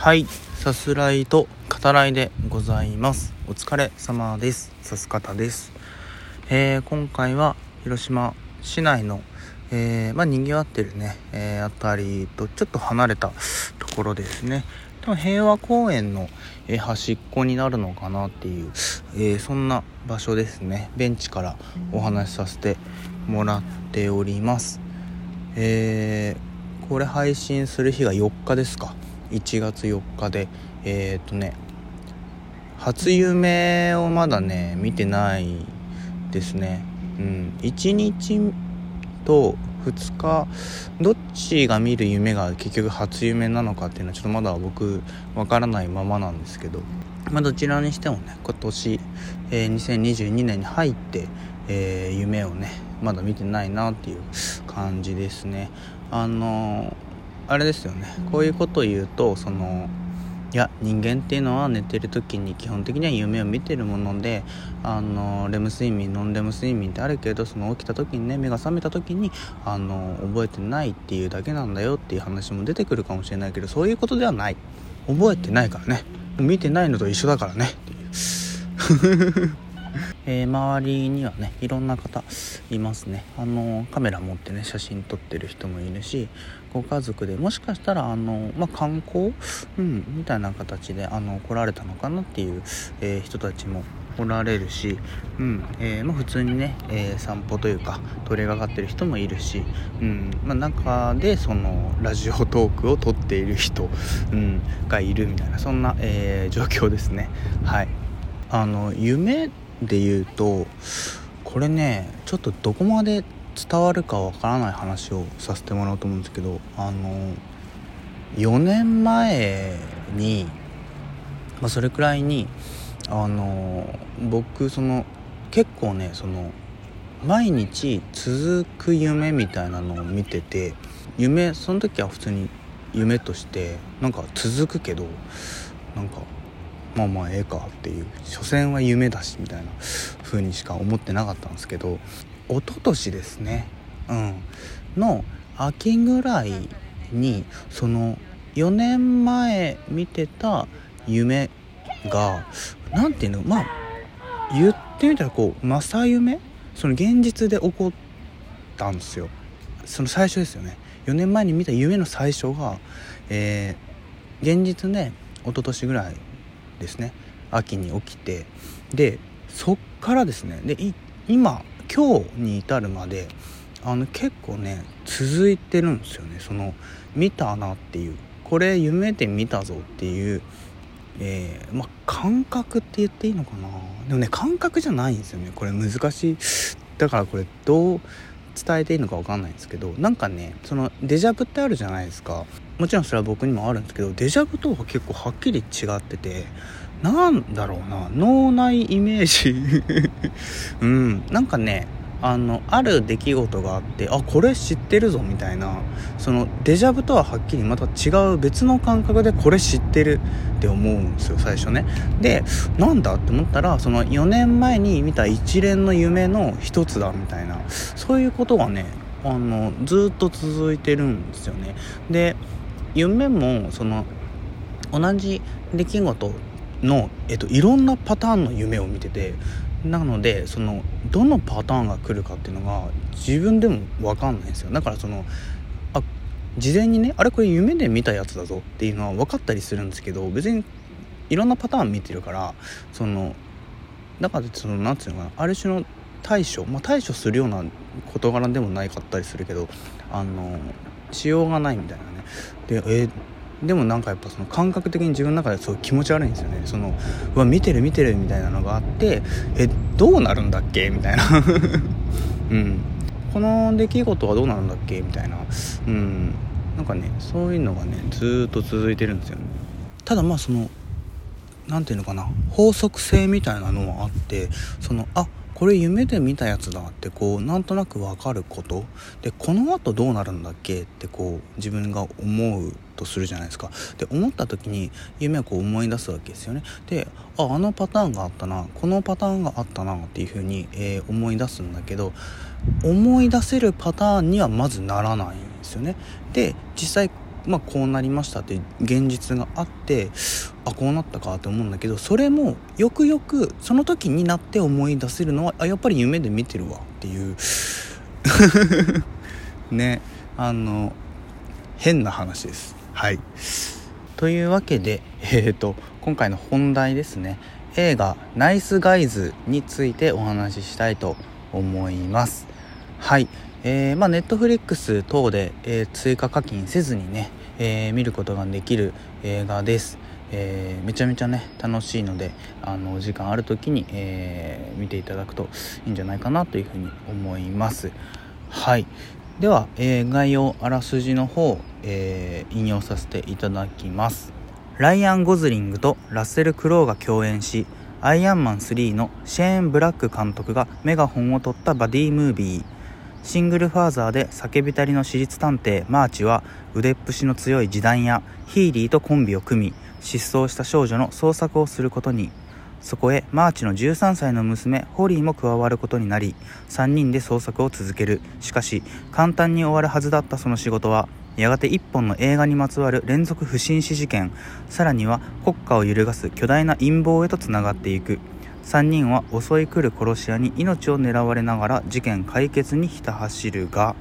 はい、さすらいと語らいでございます。お疲れ様です。さすかたです。今回は広島市内の、賑わってるね、あたりとちょっと離れたところですね。多分平和公園の、端っこになるのかなっていう、そんな場所ですね。ベンチからお話しさせてもらっております。これ配信する日が4日ですか。1月4日で初夢をまだね見てないですね。1日と2日どっちが見る夢が結局初夢なのかっていうのはちょっとまだ僕わからないままなんですけど、どちらにしてもね今年、2022年に入って、夢をねまだ見てないなっていう感じですね。あれですよね、こういうことを言うといや人間っていうのは寝てる時に基本的には夢を見てるもので、レム睡眠ノンレム睡眠ってあるけど、その起きた時にね目が覚めた時に覚えてないっていうだけなんだよっていう話も出てくるかもしれないけど、そういうことではない。覚えてないからね、見てないのと一緒だからねっていう周りにはねいろんな方いますね。カメラ持ってね写真撮ってる人もいるし、ご家族でもしかしたら観光、みたいな形で来られたのかなっていう、人たちもおられるし、普通にね、散歩というか通りがかってる人もいるし、中でそのラジオトークを撮っている人、がいるみたいなそんな、状況ですね。はい。夢で言うとこれねちょっとどこまで伝わるかわからない話をさせてもらおうと思うんですけど、4年前に、それくらいに僕結構ね毎日続く夢みたいなのを見てて、その時は普通に夢として続くけどええかっていう、所詮は夢だしみたいな風にしか思ってなかったんですけど、一昨年ですね、の秋ぐらいにその4年前見てた夢がなんていうの、言ってみたら正夢、現実で起こったんですよ。その最初ですよね。4年前に見た夢の最初が、現実ね一昨年ぐらいですね、秋に起きて、でそっからですね、で今日に至るまで結構ね続いてるんですよね。見たなっていう、これ夢で見たぞっていう、感覚って言っていいのかな。でもね感覚じゃないんですよね、これ難しい。だからこれどう伝えていいのか分かんないんですけど、デジャブってあるじゃないですか。もちろんそれは僕にもあるんですけど、デジャブとは結構はっきり違ってて、なんだろうな、脳内イメージある出来事があって、これ知ってるぞみたいな、デジャブとははっきりまた違う別の感覚でこれ知ってるって思うんですよ最初ね。でなんだって思ったら4年前に見た一連の夢の一つだみたいな、そういうことがねずっと続いてるんですよね。で夢も同じ出来事の、いろんなパターンの夢を見てて、なのでどのパターンが来るかっていうのが自分でも分かんないんですよ。だから事前にねこれ夢で見たやつだぞっていうのは分かったりするんですけど、別にいろんなパターン見てるからだからなんていうのかな、ある種の対処するような事柄でもないかったりするけどしようがないみたいなね。でもやっぱ感覚的に自分の中でそう気持ち悪いんですよね。うわ見てるみたいなのがあって、どうなるんだっけみたいなこの出来事はどうなるんだっけみたいな、そういうのがねずっと続いてるんですよね。ただなんていうのかな、法則性みたいなのはあって、これ夢で見たやつだってなんとなく分かることで、この後どうなるんだっけって自分が思うとするじゃないですか。で思った時に夢を思い出すわけですよね。であのパターンがあったな、このパターンがあったなっていう風に、思い出すんだけど、思い出せるパターンにはまずならないんですよね。で実際こうなりましたって現実があって、こうなったかって思うんだけど、それもよくよくその時になって思い出せるのはやっぱり夢で見てるわっていうね、変な話です。はい。というわけで、今回の本題ですね、映画ナイスガイズについてお話ししたいと思います。はい。ネットフリックス等で、追加課金せずにね、見ることができる映画です。めちゃめちゃね楽しいので、お時間ある時に、見ていただくといいんじゃないかなというふうに思います。はい。では、概要あらすじの方、引用させていただきます。ライアン・ゴズリングとラッセル・クロウが共演し、アイアンマン3のシェーン・ブラック監督がメガホンを取ったバディムービー。シングルファーザーで叫びたりの私立探偵マーチは、腕っぷしの強い示談屋ヒーリーとコンビを組み、失踪した少女の捜索をすることに。そこへマーチの13歳の娘ホリーも加わることになり、3人で捜索を続ける。しかし簡単に終わるはずだったその仕事は、やがて一本の映画にまつわる連続不審死事件、さらには国家を揺るがす巨大な陰謀へとつながっていく。3人は襲い来る殺し屋に命を狙われながら事件解決にひた走るが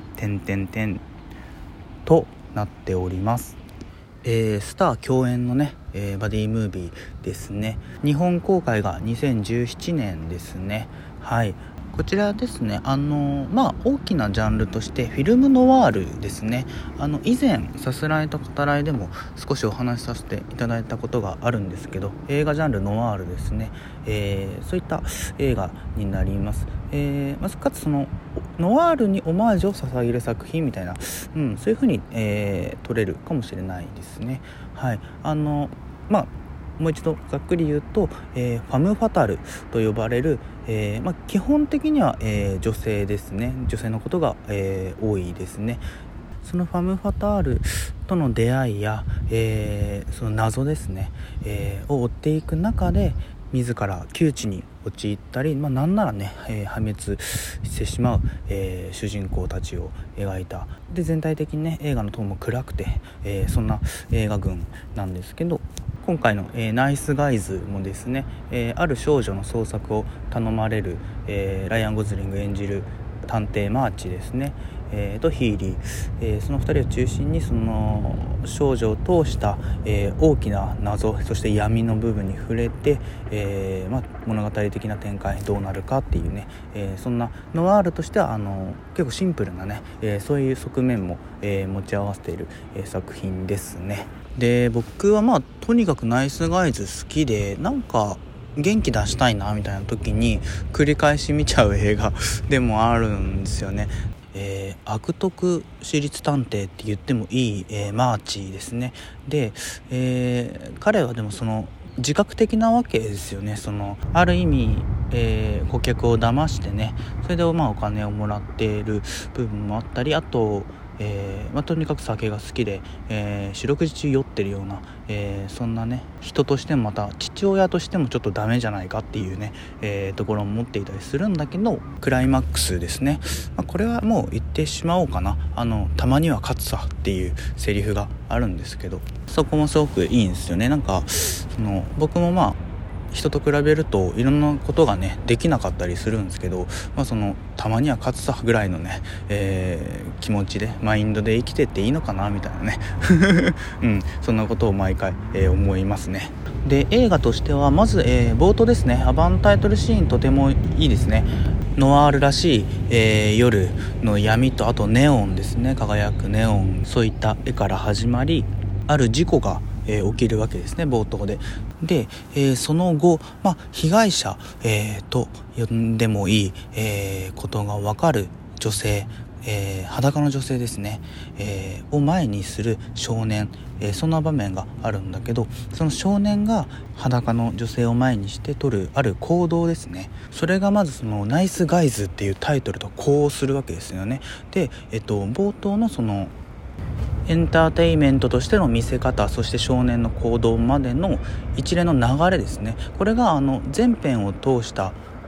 となっております。スター共演のね、バディムービーですね。日本公開が2017年ですね。はい。こちらですね、大きなジャンルとしてフィルムノワールですね。以前さすらいと語らいでも少しお話しさせていただいたことがあるんですけど、映画ジャンルノワールですね、そういった映画になります。かつそのノワールにオマージュを捧げる作品みたいな、そういう風に、取れるかもしれないですね。はい。もう一度ざっくり言うと、ファム・ファタルと呼ばれる、基本的には、女性ですね。女性のことが、多いですね。そのファム・ファタールとの出会いや、その謎ですね、を追っていく中で自ら窮地に陥ったり、なんならね、破滅してしまう、主人公たちを描いた。で全体的にね映画のトーンも暗くて、そんな映画群なんですけど、今回の、ナイスガイズもですね、ある少女の捜索を頼まれる、ライアン・ゴズリング演じる探偵マーチですね、とヒーリー、その2人を中心にその少女を通した、大きな謎、そして闇の部分に触れて、物語的な展開どうなるかっていうね、そんなノワールとしては結構シンプルなね、そういう側面も、持ち合わせている、作品ですね。で僕はとにかくナイスガイズ好きで、なんか元気出したいなみたいな時に繰り返し見ちゃう映画でもあるんですよね。悪徳私立探偵って言ってもいい、マーチーですね。で、彼はでもその自覚的なわけですよね。そのある意味、顧客を騙してね、それでお金をもらっている部分もあったり、あととにかく酒が好きで、四六時中酔ってるような、そんなね人としても、また父親としてもちょっとダメじゃないかっていうね、ところも持っていたりするんだけど、クライマックスですね、これはもう言ってしまおうかな。たまには勝つさっていうセリフがあるんですけど、そこもすごくいいんですよね。なんか僕も人と比べるといろんなことがねできなかったりするんですけど、そのたまには勝つさぐらいのね、気持ちでマインドで生きてっていいのかなみたいなねそんなことを毎回、思いますね。で映画としてはまず、冒頭ですね、アバンタイトルシーンとてもいいですね。ノワールらしい、夜の闇と、あとネオンですね、輝くネオン、そういった絵から始まり、ある事故が起きるわけですね、冒頭で。で、その後、被害者、と呼んでもいい、ことが分かる女性、裸の女性ですね、を前にする少年、そんな場面があるんだけど、その少年が裸の女性を前にして取るある行動ですね。それがまずそのナイスガイズっていうタイトルとこうするわけですよね。で、冒頭のそのエンターテインメントとしての見せ方、そして少年の行動までの一連の流れですね。これが前編を通した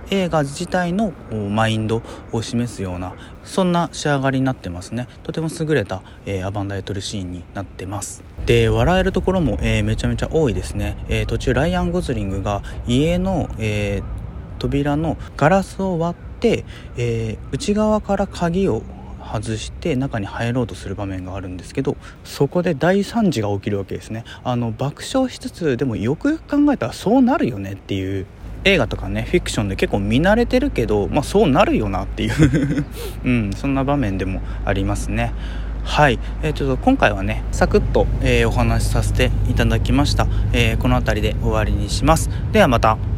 映画自体のマインドを示すような、そんな仕上がりになってますね。とても優れた、アバンダイトルシーンになってます。で、笑えるところも、めちゃめちゃ多いですね。途中ライアン・ゴズリングが家の、扉のガラスを割って、内側から鍵を外して中に入ろうとする場面があるんですけど、そこで大惨事が起きるわけですね。爆笑しつつ、でもよくよく考えたらそうなるよねっていう、映画とかねフィクションで結構見慣れてるけど、そうなるよなっていうそんな場面でもありますね。はい、今回はねサクッと、お話しさせていただきました。この辺りで終わりにします。ではまた。